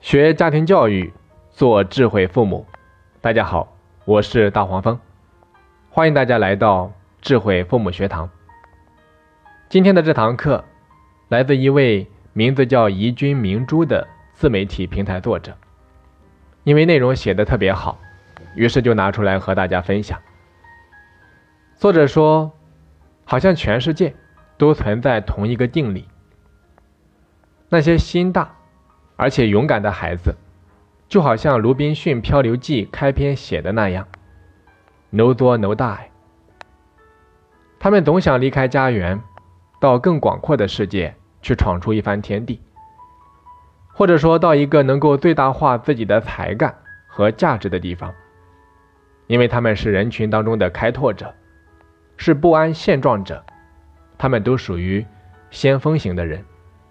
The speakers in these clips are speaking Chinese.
学家庭教育，做智慧父母。大家好，我是大黄蜂，欢迎大家来到智慧父母学堂。今天的这堂课来自一位名字叫怡君明珠的自媒体平台作者，因为内容写得特别好，于是就拿出来和大家分享。作者说，好像全世界都存在同一个定理，那些心大而且勇敢的孩子，就好像鲁滨逊漂流记开篇写的那样 ，No do no die。他们总想离开家园，到更广阔的世界去闯出一番天地，或者说到一个能够最大化自己的才干和价值的地方，因为他们是人群当中的开拓者，是不安现状者，他们都属于先锋型的人。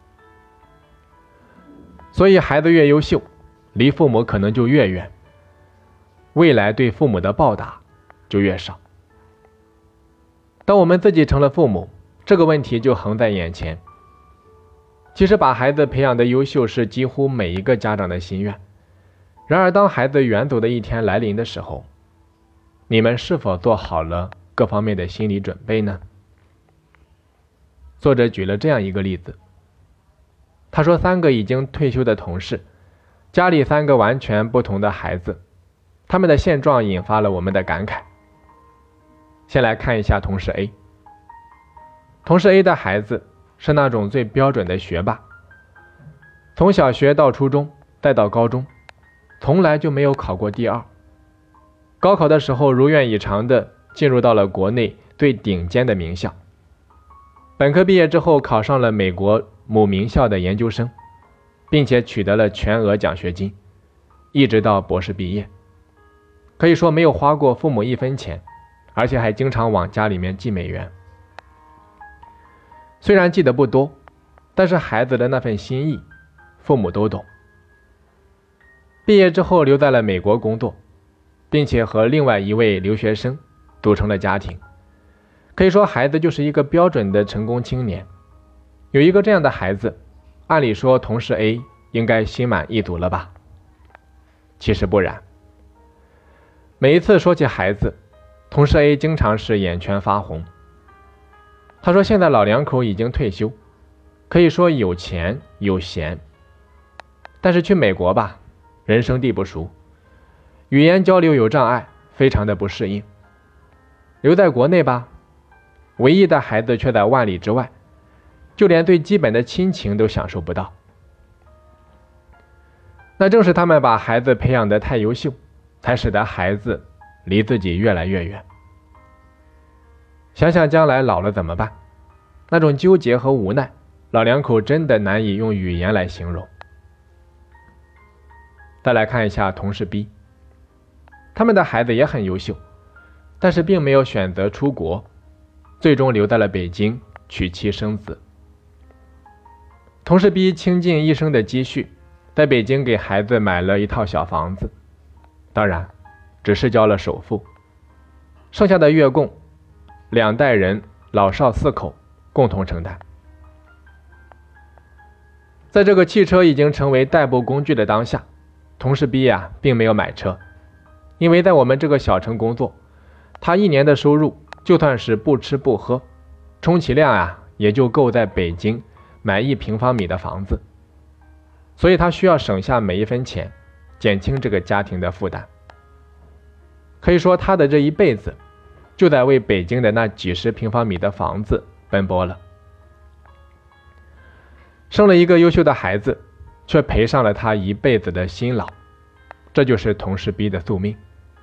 所以孩子越优秀，离父母可能就越远，未来对父母的报答就越少。当我们自己成了父母，这个问题就横在眼前。其实把孩子培养的优秀是几乎每一个家长的心愿，然而当孩子远走的一天来临的时候，你们是否做好了各方面的心理准备呢？作者举了这样一个例子，他说3个已经退休的同事，家里3个完全不同的孩子，他们的现状引发了我们的感慨。先来看一下同事 A。 同事 A 的孩子是那种最标准的学霸，从小学到初中再到高中，从来就没有考过第2。高考的时候如愿以偿的进入到了国内最顶尖的名校，本科毕业之后考上了美国某名校的研究生，并且取得了全额奖学金，一直到博士毕业，可以说没有花过父母1分钱，而且还经常往家里面寄美元。虽然寄的不多，但是孩子的那份心意父母都懂。毕业之后留在了美国工作，并且和另外一位留学生组成了家庭，可以说孩子就是一个标准的成功青年。有一个这样的孩子，按理说同事 A 应该心满意足了吧？其实不然。每一次说起孩子，同事 A 经常是眼圈发红。他说现在老两口已经退休，可以说有钱有闲，但是去美国吧，人生地不熟，语言交流有障碍，非常的不适应。留在国内吧，唯一的孩子却在万里之外，就连最基本的亲情都享受不到。那正是他们把孩子培养得太优秀，才使得孩子离自己越来越远。想想将来老了怎么办？那种纠结和无奈，老两口真的难以用语言来形容。再来看一下同事 B， 他们的孩子也很优秀，但是并没有选择出国，最终留在了北京娶妻生子。同事 B 倾尽一生的积蓄，在北京给孩子买了一套小房子，当然只是交了首付，剩下的月供2代人老少4口共同承担。在这个汽车已经成为代步工具的当下，同事 B 并没有买车，因为在我们这个小城工作，他1年的收入就算是不吃不喝，充其量也就够在北京买1平方米的房子，所以他需要省下每一分钱，减轻这个家庭的负担。可以说他的这一辈子就在为北京的那几十平方米的房子奔波了。生了一个优秀的孩子，却赔上了他一辈子的辛劳，这就是同事 B 的宿命。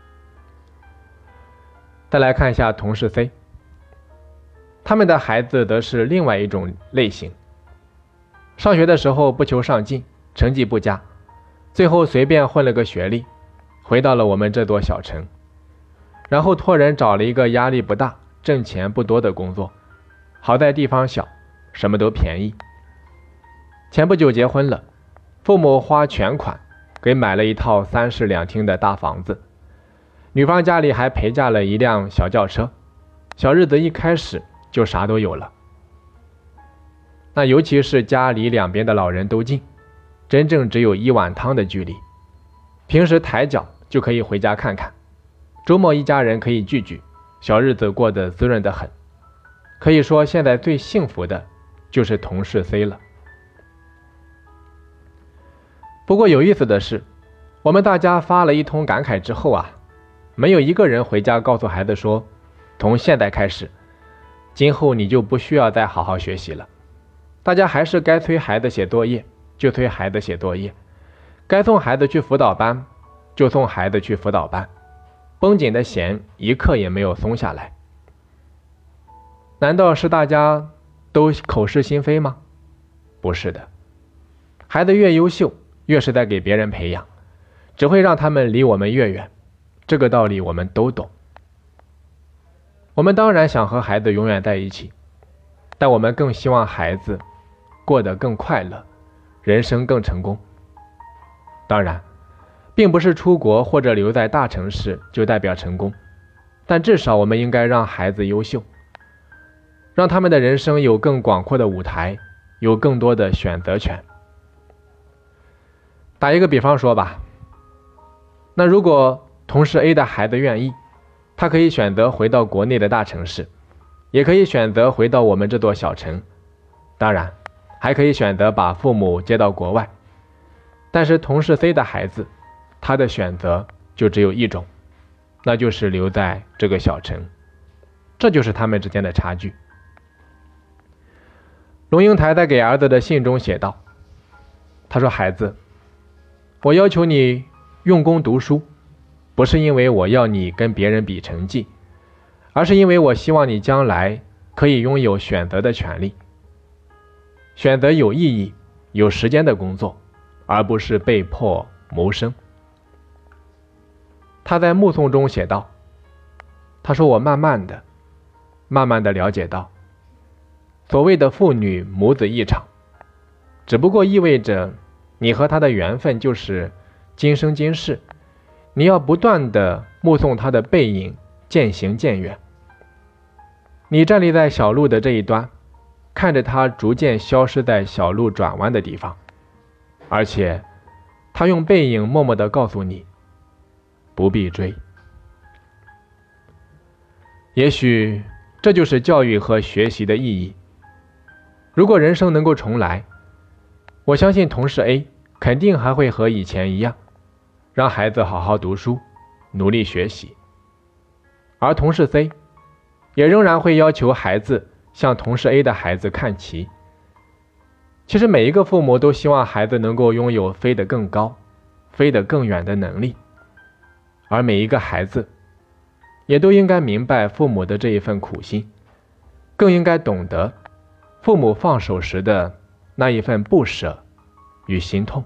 再来看一下同事 C， 他们的孩子则是另外一种类型。上学的时候不求上进，成绩不佳，最后随便混了个学历，回到了我们这座小城，然后托人找了一个压力不大、挣钱不多的工作，好在地方小，什么都便宜。前不久结婚了，父母花全款给买了一套3室2厅的大房子，女方家里还陪嫁了一辆小轿车，小日子一开始就啥都有了。那尤其是家离两边的老人都近， 真正只有1碗汤的距离。平时抬脚就可以回家看看，周末一家人可以聚聚，小日子过得滋润得很。可以说现在最幸福的就是同事 C 了。不过有意思的是，我们大家发了一通感慨之后啊，没有一个人回家告诉孩子说，从现在开始，今后你就不需要再好好学习了。大家还是该催孩子写作业就催孩子写作业，该送孩子去辅导班就送孩子去辅导班，绷紧的弦一刻也没有松下来。难道是大家都口是心非吗？不是的，孩子越优秀，越是在给别人培养，只会让他们离我们越远。这个道理我们都懂。我们当然想和孩子永远在一起，但我们更希望孩子过得更快乐，人生更成功。当然，并不是出国或者留在大城市就代表成功，但至少我们应该让孩子优秀，让他们的人生有更广阔的舞台，有更多的选择权。打一个比方说吧，那如果同事 A 的孩子愿意，他可以选择回到国内的大城市，也可以选择回到我们这座小城，当然还可以选择把父母接到国外。但是同事 C 的孩子，他的选择就只有一种，那就是留在这个小城。这就是他们之间的差距。龙应台在给儿子的信中写道，他说，孩子，我要求你用功读书，不是因为我要你跟别人比成绩，而是因为我希望你将来可以拥有选择的权利，选择有意义、有时间的工作，而不是被迫谋生。他在目送中写道，他说，我慢慢的了解到，所谓的父女母子一场，只不过意味着你和他的缘分就是今生今世，你要不断的目送他的背影渐行渐远。你站立在小路的这一端，看着他逐渐消失在小路转弯的地方，而且他用背影默默地告诉你，不必追。也许这就是教育和学习的意义。如果人生能够重来，我相信同事 A 肯定还会和以前一样，让孩子好好读书，努力学习。而同事 C 也仍然会要求孩子向同事 A 的孩子看齐。其实每一个父母都希望孩子能够拥有飞得更高、飞得更远的能力，而每一个孩子也都应该明白父母的这一份苦心，更应该懂得父母放手时的那一份不舍与心痛。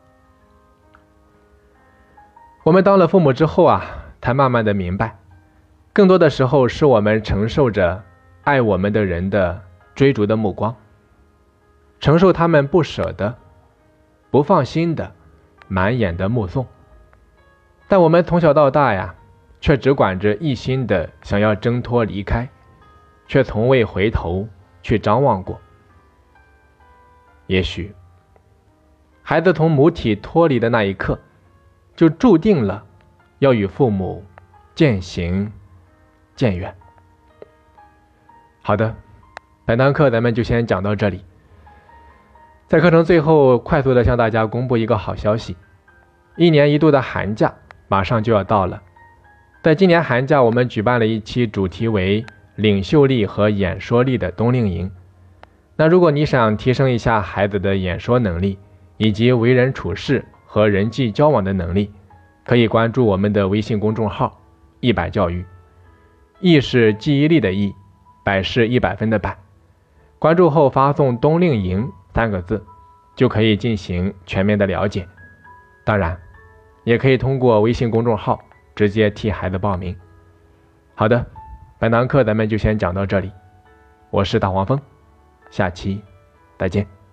我们当了父母之后啊，才慢慢的明白，更多的时候是我们承受着爱我们的人的追逐的目光，承受他们不舍的、不放心的、满眼的目送。但我们从小到大呀，却只管着一心的想要挣脱离开，却从未回头去张望过。也许孩子从母体脱离的那一刻，就注定了要与父母渐行渐远。好的，本堂课咱们就先讲到这里。在课程最后，快速的向大家公布一个好消息，1年1度的寒假马上就要到了。在今年寒假，我们举办了一期主题为领袖力和演说力的冬令营。那如果你想提升一下孩子的演说能力，以及为人处事和人际交往的能力，可以关注我们的微信公众号100教育。意是记忆力的意，100是100分的100。关注后发送冬令营3个字，就可以进行全面的了解。当然也可以通过微信公众号直接替孩子报名。好的，本堂课咱们就先讲到这里，我是大黄蜂，下期再见。